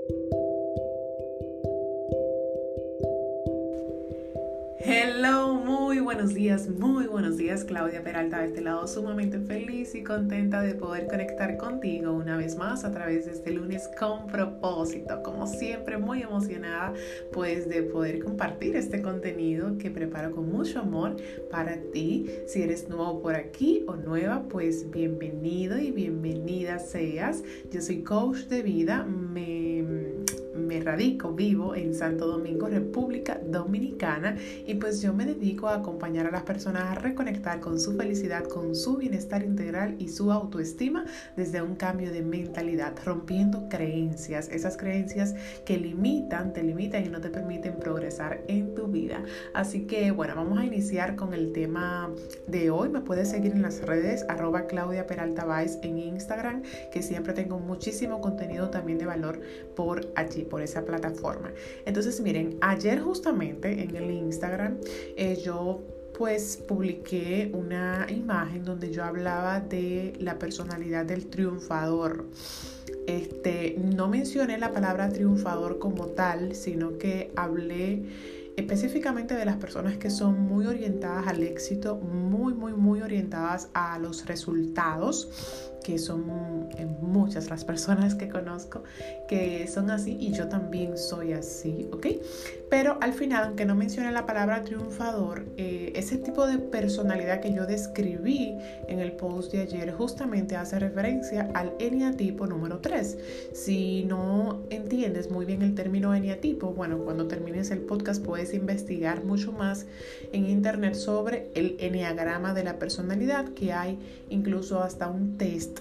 Hello, muy buenos días, Claudia Peralta de este lado, sumamente feliz y contenta de poder conectar contigo una vez más a través de este lunes con propósito. Como siempre, muy emocionada pues de poder compartir este contenido que preparo con mucho amor para ti. Si eres nuevo por aquí o nueva, pues bienvenido y bienvenida seas. Yo soy coach de vida, vivo en Santo Domingo, República Dominicana, y pues yo me dedico a acompañar a las personas a reconectar con su felicidad, con su bienestar integral y su autoestima desde un cambio de mentalidad, rompiendo creencias, esas creencias que te limitan y no te permiten progresar en tu vida. Así que bueno, vamos a iniciar con el tema de hoy. Me puedes seguir en las redes @Claudia Peralta Vice en Instagram, que siempre tengo muchísimo contenido también de valor por allí, por esa plataforma. Entonces miren, ayer justamente en el Instagram yo pues publiqué una imagen donde yo hablaba de la personalidad del triunfador. No mencioné la palabra triunfador como tal, sino que hablé específicamente de las personas que son muy orientadas al éxito, muy orientadas a los resultados, que son muchas las personas que conozco que son así, y yo también soy así, ¿ok? Pero al final, aunque no mencioné la palabra triunfador, ese tipo de personalidad que yo describí en el post de ayer justamente hace referencia al eneatipo número 3. Si no entiendes muy bien el término eneatipo, bueno, cuando termines el podcast puedes investigar mucho más en internet sobre el eneagrama de la personalidad, que hay incluso hasta un test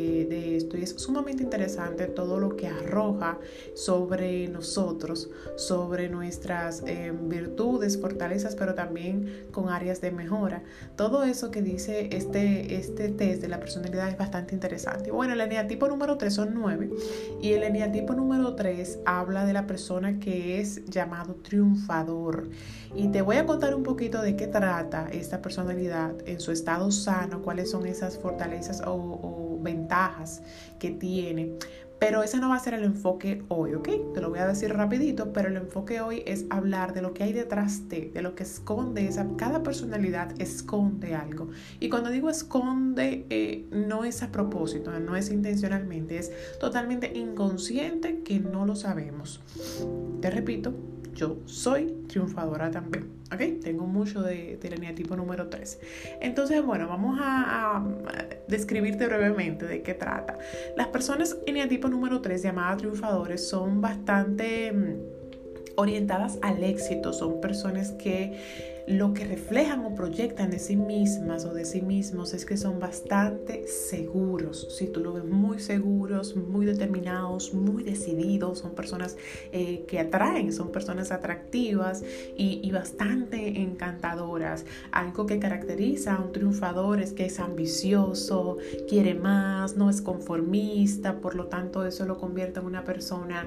de esto, y es sumamente interesante todo lo que arroja sobre nosotros, sobre nuestras virtudes, fortalezas, pero también con áreas de mejora. Todo eso que dice este test de la personalidad es bastante interesante. Bueno, el eneatipo número 3 son 9, y el eneatipo número 3 habla de la persona que es llamado triunfador. Y te voy a contar un poquito de qué trata esta personalidad en su estado sano, cuáles son esas fortalezas o ventajas que tiene. Pero ese no va a ser el enfoque hoy, ¿ok? Te lo voy a decir rapidito, pero el enfoque hoy es hablar de lo que hay detrás de lo que esconde cada personalidad esconde algo. Y cuando digo esconde, no es a propósito, no es intencionalmente, es totalmente inconsciente que no lo sabemos. Te repito, yo soy triunfadora también, ¿ok? Tengo mucho del eneatipo número 3. Entonces, bueno, vamos a describirte brevemente de qué trata. Las personas eneatipo número 3 llamadas triunfadores son bastante orientadas al éxito. Son personas que lo que reflejan o proyectan de sí mismas o de sí mismos es que son bastante seguros. Si tú lo ves, muy seguros, muy determinados, muy decididos. Son personas que atraen, son personas atractivas y bastante encantadoras. Algo que caracteriza a un triunfador es que es ambicioso, quiere más, no es conformista. Por lo tanto, eso lo convierte en una persona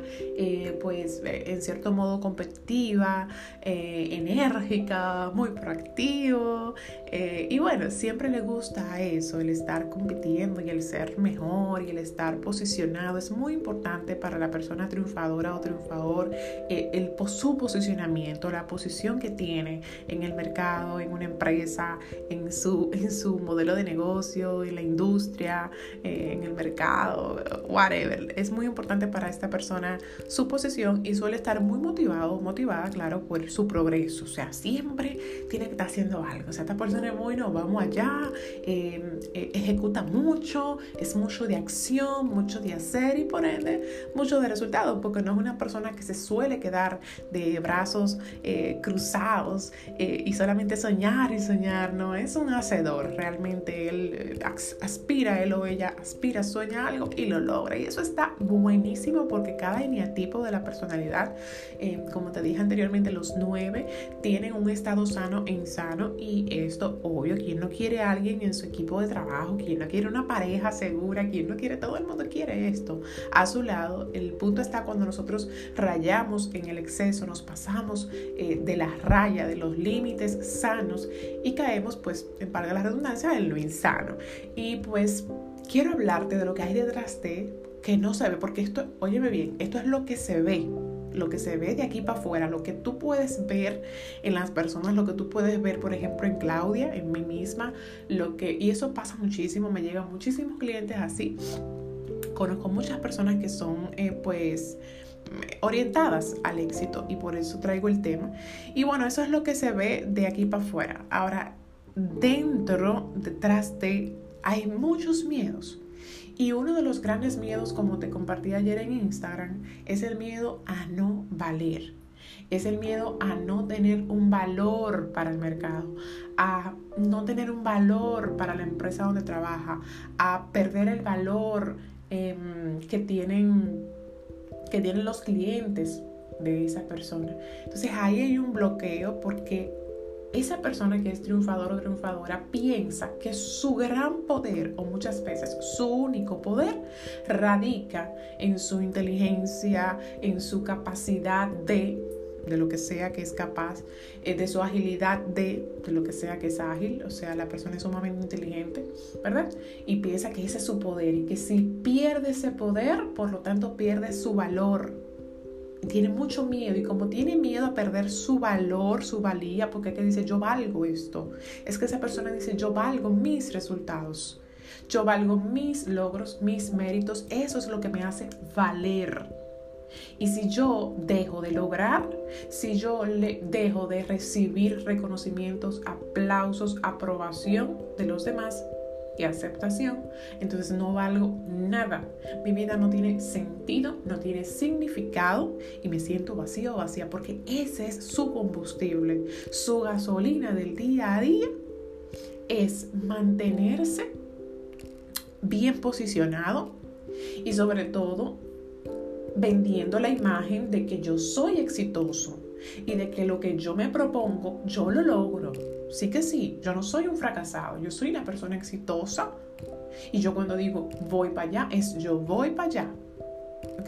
en cierto modo competitiva, enérgica, muy proactivo, y bueno, siempre le gusta eso, el estar compitiendo y el ser mejor y el estar posicionado. Es muy importante para la persona triunfadora o triunfador su posicionamiento, la posición que tiene en el mercado, en una empresa, en su modelo de negocio, en la industria, en el mercado, whatever. Es muy importante para esta persona su posición, y suele estar muy motivada, claro, por su progreso. O sea, siempre tiene que estar haciendo algo. O sea, esta persona es muy, no, vamos allá, ejecuta mucho, es mucho de acción, mucho de hacer, y por ende mucho de resultados, porque no es una persona que se suele quedar de brazos cruzados y solamente soñar y soñar. No, es un hacedor. Realmente él ella aspira, sueña algo y lo logra, y eso está buenísimo, porque cada eneatipo de la personalidad, como te dije anteriormente, los 9 tienen un estado sano e insano, y esto obvio, ¿quién no quiere a alguien en su equipo de trabajo? ¿Quién no quiere una pareja segura? ¿Quién no quiere? Todo el mundo quiere esto a su lado. El punto está cuando nosotros rayamos en el exceso, nos pasamos de la raya, de los límites sanos, y caemos, pues, en parte de la redundancia, en lo insano. Y pues quiero hablarte de lo que hay detrás de que no se ve, porque esto, óyeme bien, esto es lo que se ve de aquí para afuera, lo que tú puedes ver en las personas, lo que tú puedes ver, por ejemplo, en Claudia, en mí misma, y eso pasa muchísimo, me llegan muchísimos clientes así. Conozco muchas personas que son, orientadas al éxito, y por eso traigo el tema. Y bueno, eso es lo que se ve de aquí para afuera. Ahora, detrás hay muchos miedos. Y uno de los grandes miedos, como te compartí ayer en Instagram, es el miedo a no valer. Es el miedo a no tener un valor para el mercado, a no tener un valor para la empresa donde trabaja, a perder el valor que tienen los clientes de esa persona. Entonces ahí hay un bloqueo, porque esa persona que es triunfador o triunfadora piensa que su gran poder, o muchas veces su único poder, radica en su inteligencia, en su capacidad de lo que sea que es capaz, de su agilidad de lo que sea que es ágil. O sea, la persona es sumamente inteligente, ¿verdad? Y piensa que ese es su poder, y que si pierde ese poder, por lo tanto pierde su valor. Tiene mucho miedo, y como tiene miedo a perder su valor, su valía, porque es que dice, yo valgo esto. Es que esa persona dice, yo valgo mis resultados, yo valgo mis logros, mis méritos. Eso es lo que me hace valer. Y si yo dejo de lograr, si yo dejo de recibir reconocimientos, aplausos, aprobación de los demás y aceptación, entonces no valgo nada. Mi vida no tiene sentido, no tiene significado, y me siento vacío o vacía, porque ese es su combustible, su gasolina del día a día es mantenerse bien posicionado, y sobre todo vendiendo la imagen de que yo soy exitoso y de que lo que yo me propongo, yo lo logro. Sí que sí, yo no soy un fracasado, yo soy una persona exitosa, y yo cuando digo voy para allá, es yo voy para allá. ¿Ok?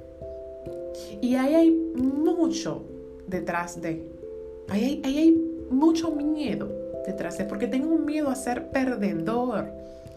Y ahí hay mucho detrás de. Ahí hay mucho miedo detrás de, porque tengo un miedo a ser perdedor.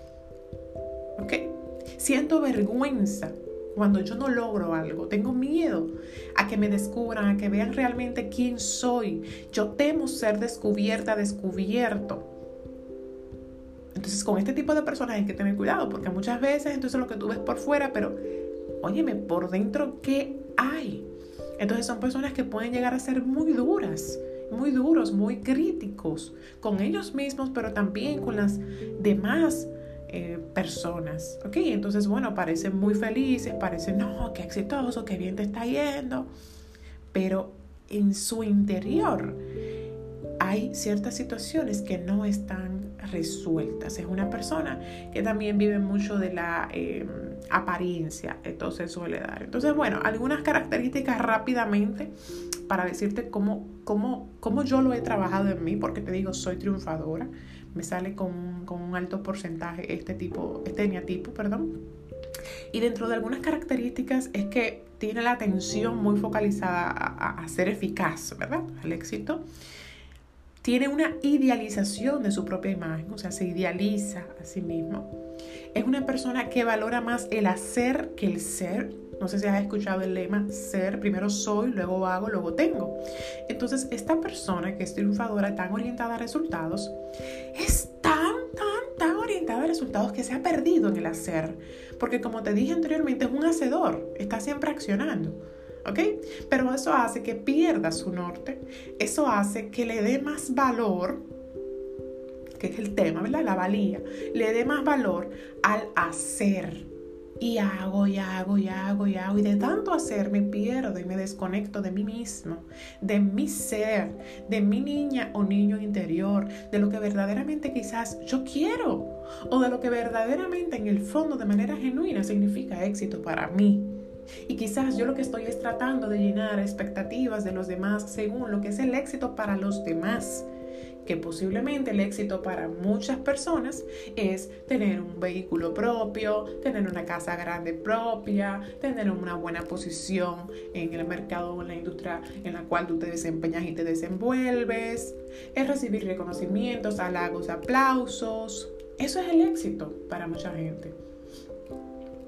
¿Ok? Siento vergüenza cuando yo no logro algo. Tengo miedo a que me descubran, a que vean realmente quién soy. Yo temo ser descubierto. Entonces, con este tipo de personas hay que tener cuidado, porque muchas veces entonces lo que tú ves por fuera, pero óyeme, por dentro, ¿qué hay? Entonces son personas que pueden llegar a ser muy duras, muy duros, muy críticos con ellos mismos, pero también con las demás personas. ¿Ok? Entonces, bueno, parecen muy felices, parecen, no, qué exitoso, qué bien te está yendo, pero en su interior hay ciertas situaciones que no están resueltas. Es una persona que también vive mucho de la apariencia, entonces suele dar. Entonces, bueno, algunas características rápidamente para decirte cómo yo lo he trabajado en mí, porque te digo, soy triunfadora, me sale con un alto porcentaje este eneatipo, y dentro de algunas características es que tiene la atención muy focalizada a ser eficaz, ¿verdad? Al éxito. Tiene una idealización de su propia imagen, o sea, se idealiza a sí mismo. Es una persona que valora más el hacer que el ser. No sé si has escuchado el lema, ser, primero soy, luego hago, luego tengo. Entonces, esta persona que es triunfadora, tan orientada a resultados, es tan orientada a resultados que se ha perdido en el hacer. Porque como te dije anteriormente, es un hacedor, está siempre accionando. ¿Ok? Pero eso hace que pierda su norte, eso hace que le dé más valor, que es el tema, ¿verdad? La valía, le dé más valor al hacer. Y hago, y de tanto hacer me pierdo y me desconecto de mí mismo, de mi ser, de mi niña o niño interior, de lo que verdaderamente quizás yo quiero, o de lo que verdaderamente en el fondo de manera genuina significa éxito para mí. Y quizás yo lo que estoy es tratando de llenar expectativas de los demás según lo que es el éxito para los demás, que posiblemente el éxito para muchas personas es tener un vehículo propio, tener una casa grande propia, tener una buena posición en el mercado o en la industria en la cual tú te desempeñas y te desenvuelves, es recibir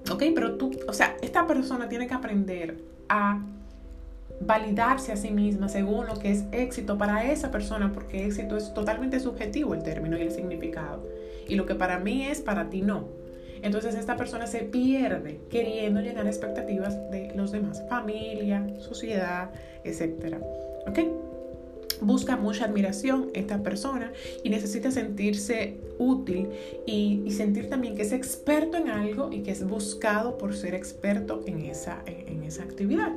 ¿Ok? Pero esta persona tiene que aprender a validarse a sí misma según lo que es éxito para esa persona, porque éxito es totalmente subjetivo, el término y el significado. Y lo que para mí es, para ti no. Entonces esta persona se pierde queriendo llenar expectativas de los demás, familia, sociedad, etc. ¿Ok? Busca mucha admiración esta persona y necesita sentirse útil y sentir también que es experto en algo y que es buscado por ser experto en esa actividad.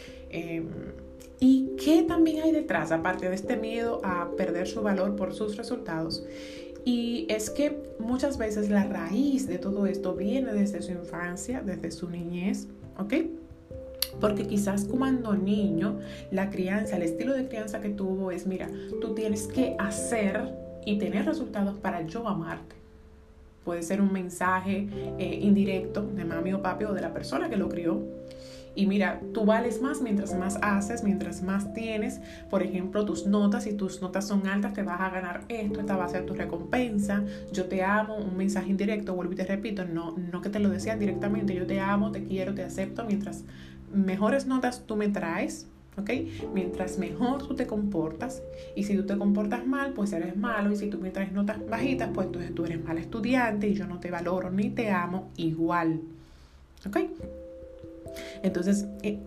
¿Y qué también hay detrás, aparte de este miedo a perder su valor por sus resultados? Y es que muchas veces la raíz de todo esto viene desde su infancia, desde su niñez, ¿ok? Porque quizás cuando niño, la crianza, el estilo de crianza que tuvo es, mira, tú tienes que hacer y tener resultados para yo amarte. Puede ser un mensaje indirecto de mami o papi o de la persona que lo crió. Y mira, tú vales más mientras más haces, mientras más tienes. Por ejemplo, tus notas, si tus notas son altas, te vas a ganar esto, esta va a ser tu recompensa. Yo te amo, un mensaje indirecto, vuelvo y te repito, no que te lo decían directamente. Yo te amo, te quiero, te acepto. Mientras mejores notas tú me traes, ¿ok? Mientras mejor tú te comportas. Y si tú te comportas mal, pues eres malo. Y si tú me traes notas bajitas, pues entonces tú eres mal estudiante y yo no te valoro ni te amo igual, ¿ok? Entonces,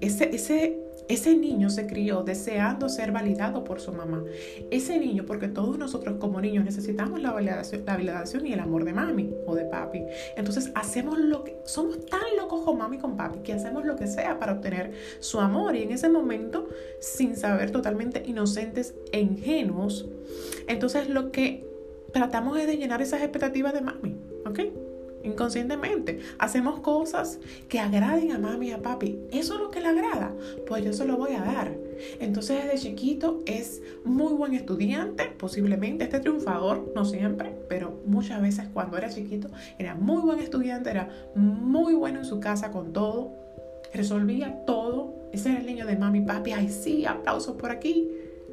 ese niño se crió deseando ser validado por su mamá. Ese niño, porque todos nosotros como niños necesitamos la validación y el amor de mami o de papi. Entonces, somos tan locos con mami y con papi que hacemos lo que sea para obtener su amor. Y en ese momento, sin saber, totalmente inocentes e ingenuos, entonces lo que tratamos es de llenar esas expectativas de mami, ¿ok? Inconscientemente hacemos cosas que agraden a mami y a papi. ¿Eso es lo que le agrada? Pues yo se lo voy a dar. Entonces desde chiquito es muy buen estudiante, posiblemente este triunfador, no siempre, pero muchas veces cuando era chiquito era muy buen estudiante, era muy bueno en su casa con todo, resolvía todo. Ese era el niño de mami y papi. Ay sí, aplausos por aquí.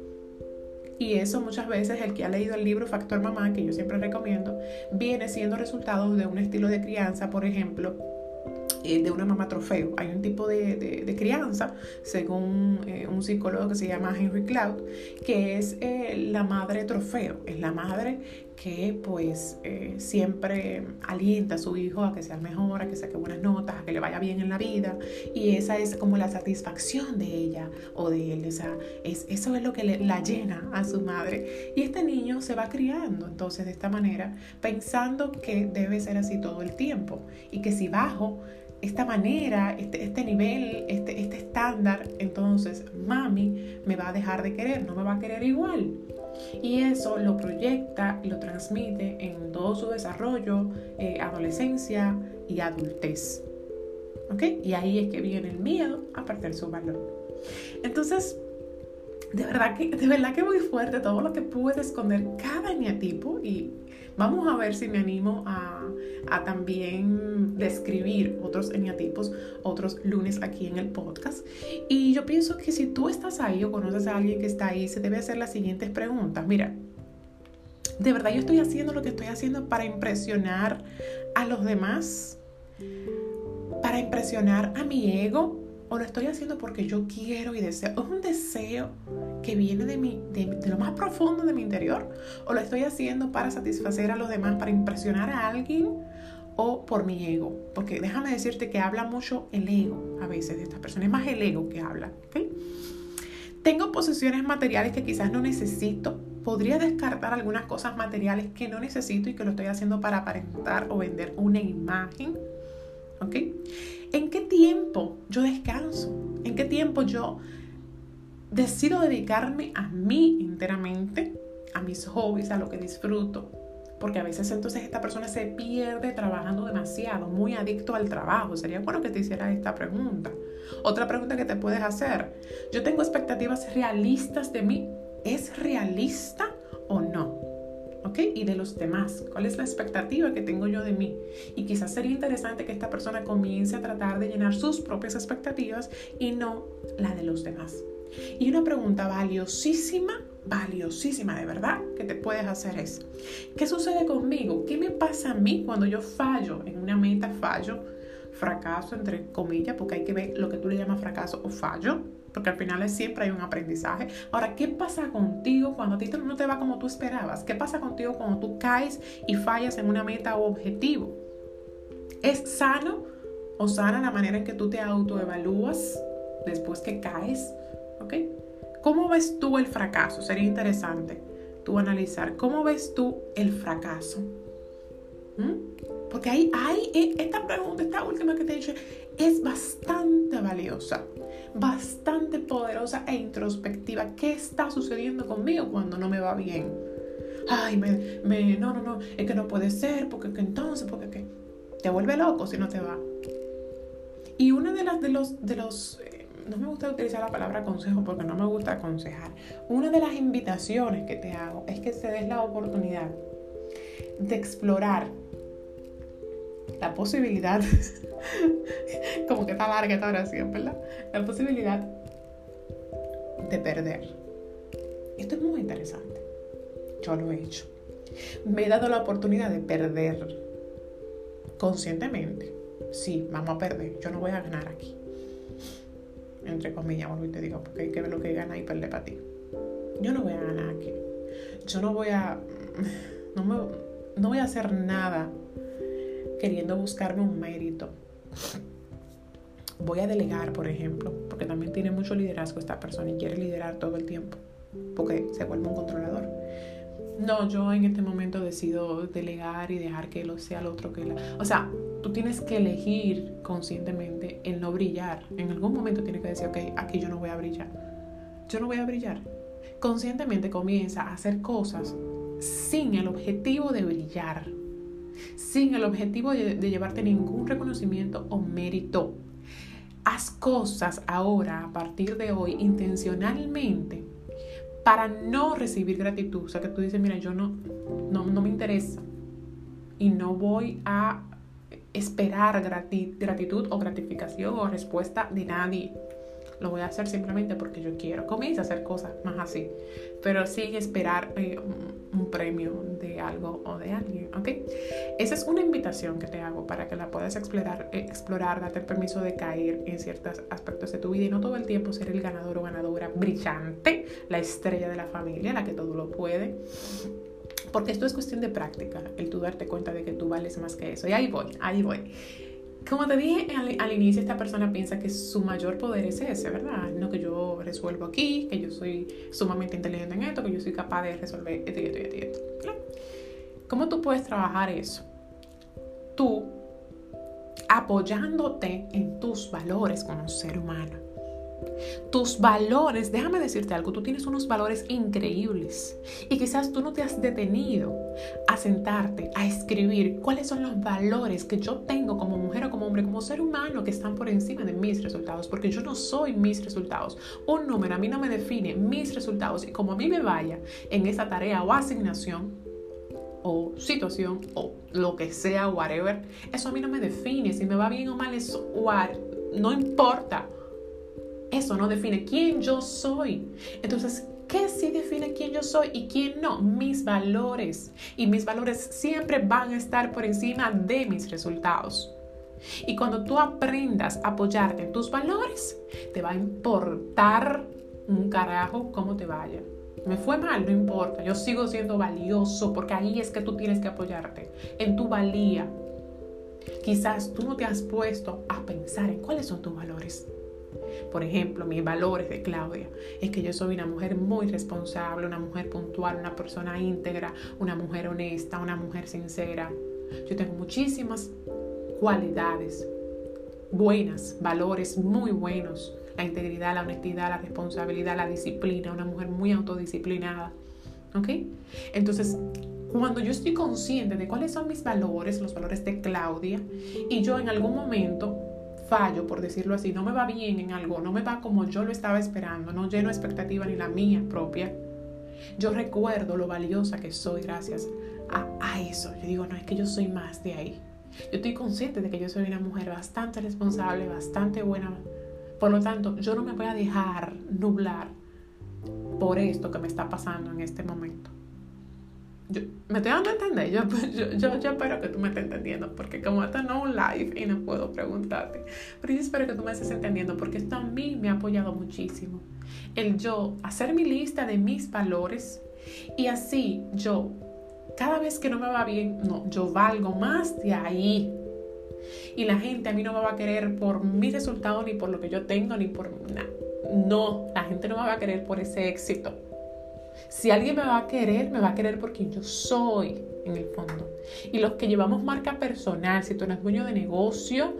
Y eso muchas veces, el que ha leído el libro Factor Mamá, que yo siempre recomiendo, viene siendo resultado de un estilo de crianza, por ejemplo, de una mamá trofeo. Hay un tipo de crianza, según un psicólogo que se llama Henry Cloud, que es la madre trofeo. Es la madre que pues siempre alienta a su hijo a que sea mejor, a que saque buenas notas, a que le vaya bien en la vida. Y esa es como la satisfacción de ella o de él. Eso es lo que la llena a su madre. Y este niño se va criando entonces de esta manera, pensando que debe ser así todo el tiempo. Y que si bajo esta manera, este nivel, este estándar, entonces mami me va a dejar de querer, no me va a querer igual. Y eso lo proyecta y lo transmite en todo su desarrollo, adolescencia y adultez. ¿Ok? Y ahí es que viene el miedo a perder su valor. Entonces, de verdad que muy fuerte todo lo que puede esconder cada eneatipo, y vamos a ver si me animo a también describir otros eneatipos otros lunes aquí en el podcast. Y yo pienso que si tú estás ahí o conoces a alguien que está ahí, se debe hacer las siguientes preguntas. Mira, ¿de verdad yo estoy haciendo lo que estoy haciendo para impresionar a los demás? ¿Para impresionar a mi ego? ¿O lo estoy haciendo porque yo quiero y deseo? ¿Es un deseo que viene de lo más profundo de mi interior? ¿O lo estoy haciendo para satisfacer a los demás, para impresionar a alguien? ¿O por mi ego? Porque déjame decirte que habla mucho el ego a veces de estas personas. Es más el ego que habla, ¿ok? Tengo posesiones materiales que quizás no necesito. Podría descartar algunas cosas materiales que no necesito y que lo estoy haciendo para aparentar o vender una imagen, ¿ok? ¿En qué tiempo yo descanso? ¿En qué tiempo yo decido dedicarme a mí enteramente, a mis hobbies, a lo que disfruto? Porque a veces entonces esta persona se pierde trabajando demasiado, muy adicto al trabajo. Sería bueno que te hiciera esta pregunta. Otra pregunta que te puedes hacer: ¿yo tengo expectativas realistas de mí? ¿Es realista o no? ¿Ok? Y de los demás, ¿cuál es la expectativa que tengo yo de mí? Y quizás sería interesante que esta persona comience a tratar de llenar sus propias expectativas y no la de los demás. Y una pregunta valiosísima de verdad que te puedes hacer es: ¿qué sucede conmigo? ¿Qué me pasa a mí cuando yo fallo en una meta? fracaso, entre comillas, porque hay que ver lo que tú le llamas fracaso o fallo, porque al final siempre hay un aprendizaje. Ahora, ¿qué pasa contigo cuando a ti no te va como tú esperabas? ¿Qué pasa contigo cuando tú caes y fallas en una meta o objetivo? ¿Es sano o sana la manera en que tú te autoevalúas después que caes? ¿Ok? ¿Cómo ves tú el fracaso? Sería interesante tú analizar. ¿Cómo ves tú el fracaso? Porque hay esta pregunta, esta última que te he dicho, es bastante valiosa, bastante poderosa e introspectiva. ¿Qué está sucediendo conmigo cuando no me va bien? Ay, no, es que no puede ser, porque entonces, porque ¿qué? Te vuelve loco si no te va. Y una de los no me gusta utilizar la palabra consejo porque no me gusta aconsejar. Una de las invitaciones que te hago es que te des la oportunidad de explorar la posibilidad, como que está larga esta oración, ¿verdad? La posibilidad de perder. Esto es muy interesante. Yo lo he hecho. Me he dado la oportunidad de perder conscientemente. Sí, vamos a perder. Yo no voy a ganar aquí. Entre comillas, vuelvo y te digo, porque hay que ver lo que gana y perder para ti. Yo no voy a ganar aquí. Yo no voy a hacer nada queriendo buscarme un mérito. Voy a delegar, por ejemplo, porque también tiene mucho liderazgo esta persona y quiere liderar todo el tiempo, porque se vuelve un controlador. No, yo en este momento decido delegar y dejar que lo sea el otro que la... O sea, tú tienes que elegir conscientemente el no brillar. En algún momento tienes que decir, ok, aquí yo no voy a brillar. Yo no voy a brillar. Conscientemente comienza a hacer cosas sin el objetivo de brillar, sin el objetivo de llevarte ningún reconocimiento o mérito. Haz cosas ahora, a partir de hoy, intencionalmente, para no recibir gratitud. O sea, que tú dices, mira, yo no me interesa y no voy a esperar gratitud o gratificación o respuesta de nadie. Lo voy a hacer simplemente porque yo quiero. Comienza a hacer cosas más así, pero sin esperar un premio de algo o de alguien, ¿ok? Esa es una invitación que te hago para que la puedas explorar, darte el permiso de caer en ciertos aspectos de tu vida y no todo el tiempo ser el ganador o ganadora brillante, la estrella de la familia, la que todo lo puede. Porque esto es cuestión de práctica, el tú darte cuenta de que tú vales más que eso. Y ahí voy. Como te dije al inicio, esta persona piensa que su mayor poder es ese, ¿verdad? No, que yo resuelvo aquí, que yo soy sumamente inteligente en esto, que yo soy capaz de resolver esto. ¿Cómo tú puedes trabajar eso? Tú apoyándote en tus valores como ser humano. Tus valores, déjame decirte algo, tú tienes unos valores increíbles y quizás tú no te has detenido a sentarte, a escribir cuáles son los valores que yo tengo como mujer o como hombre, como ser humano, que están por encima de mis resultados, porque yo no soy mis resultados. Un número a mí no me define mis resultados y como a mí me vaya en esa tarea o asignación o situación o lo que sea, whatever, eso a mí no me define. Si me va bien o mal, eso no importa. Eso no define quién yo soy. Entonces, ¿qué sí define quién yo soy y quién no? Mis valores. Y mis valores siempre van a estar por encima de mis resultados. Y cuando tú aprendas a apoyarte en tus valores, te va a importar un carajo cómo te vaya. Me fue mal, no importa. Yo sigo siendo valioso porque ahí es que tú tienes que apoyarte en tu valía. Quizás tú no te has puesto a pensar en cuáles son tus valores. Por ejemplo, mis valores de Claudia es que yo soy una mujer muy responsable, una mujer puntual, una persona íntegra, una mujer honesta, una mujer sincera. Yo tengo muchísimas cualidades buenas, valores muy buenos. La integridad, la honestidad, la responsabilidad, la disciplina, una mujer muy autodisciplinada. ¿Ok? Entonces, cuando yo estoy consciente de cuáles son mis valores, los valores de Claudia, y yo en algún momento fallo, por decirlo así, no me va bien en algo, no me va como yo lo estaba esperando, no lleno expectativa ni la mía propia, yo recuerdo lo valiosa que soy gracias a eso. Yo digo, no, es que yo soy más de ahí. Yo estoy consciente de que yo soy una mujer bastante responsable, bastante buena. Por lo tanto, yo no me voy a dejar nublar por esto que me está pasando en este momento. me estoy dando a entender. Yo espero que tú me estés entendiendo, porque como esto no es un live y no puedo preguntarte, pero yo espero que tú me estés entendiendo, porque esto a mí me ha apoyado muchísimo. El yo hacer mi lista de mis valores, y así yo, cada vez que no me va bien, no, yo valgo más de ahí. Y la gente a mí no me va a querer por mi resultado, ni por lo que yo tengo, ni por nada. No, la gente no me va a querer por ese éxito. Si alguien me va a querer por quien yo soy en el fondo. Y los que llevamos marca personal, si tú eres dueño de negocio,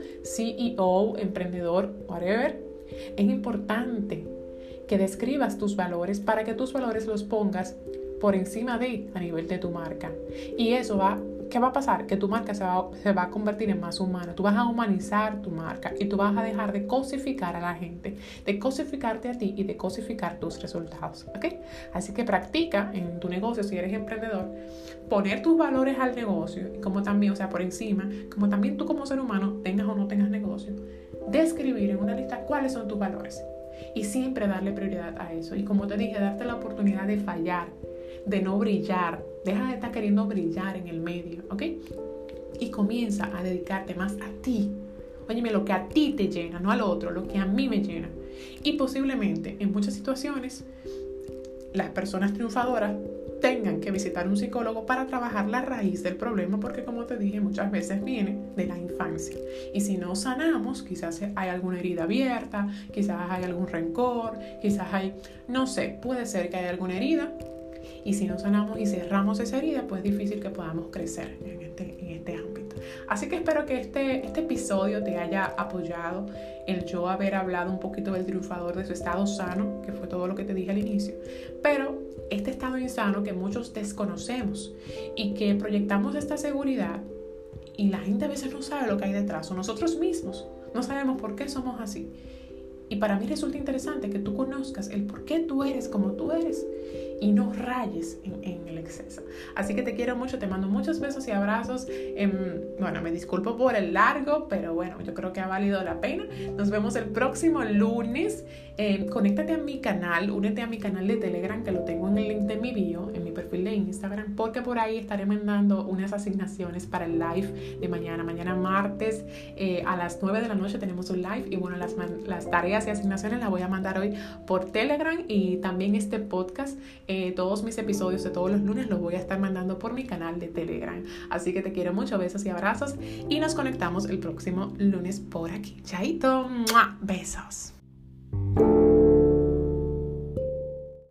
CEO, emprendedor, whatever, es importante que describas tus valores para que tus valores los pongas por encima a nivel de tu marca. Y eso ¿qué va a pasar? Que tu marca se va a convertir en más humana. Tú vas a humanizar tu marca y tú vas a dejar de cosificar a la gente, de cosificarte a ti y de cosificar tus resultados, ¿ok? Así que practica en tu negocio, si eres emprendedor, poner tus valores al negocio, como también, o sea, por encima, como también tú como ser humano, tengas o no tengas negocio, describir en una lista cuáles son tus valores y siempre darle prioridad a eso. Y como te dije, darte la oportunidad de fallar, de no brillar. Deja de estar queriendo brillar en el medio, ¿ok? Y comienza a dedicarte más a ti. Óyeme, lo que a ti te llena, no al otro, lo que a mí me llena. Y posiblemente en muchas situaciones las personas triunfadoras tengan que visitar un psicólogo para trabajar la raíz del problema, porque como te dije, muchas veces viene de la infancia. Y si no sanamos, quizás hay alguna herida abierta, quizás hay algún rencor, quizás hay, no sé, puede ser que haya alguna herida. Y si no sanamos y cerramos esa herida, pues es difícil que podamos crecer en este ámbito. Así que espero que este episodio te haya apoyado, el yo haber hablado un poquito del triunfador, de su estado sano, que fue todo lo que te dije al inicio. Pero este estado insano que muchos desconocemos y que proyectamos esta seguridad y la gente a veces no sabe lo que hay detrás, o nosotros mismos no sabemos por qué somos así. Y para mí resulta interesante que tú conozcas el por qué tú eres como tú eres y no rayes en el exceso. Así que te quiero mucho, te mando muchos besos y abrazos. Bueno, me disculpo por el largo, pero bueno, yo creo que ha valido la pena. Nos vemos el próximo lunes. Conéctate a mi canal, únete a mi canal de Telegram, que lo tengo en el link de mi bio, en mi perfil de Instagram, porque por ahí estaré mandando unas asignaciones para el live de mañana. Mañana martes a las 9 de la noche tenemos un live y bueno, las tareas y asignaciones las voy a mandar hoy por Telegram, y también este podcast, todos mis episodios de todos los lunes los voy a estar mandando por mi canal de Telegram. Así que te quiero mucho, besos y abrazos, y nos conectamos el próximo lunes por aquí. Chaito, ¡mua! Besos.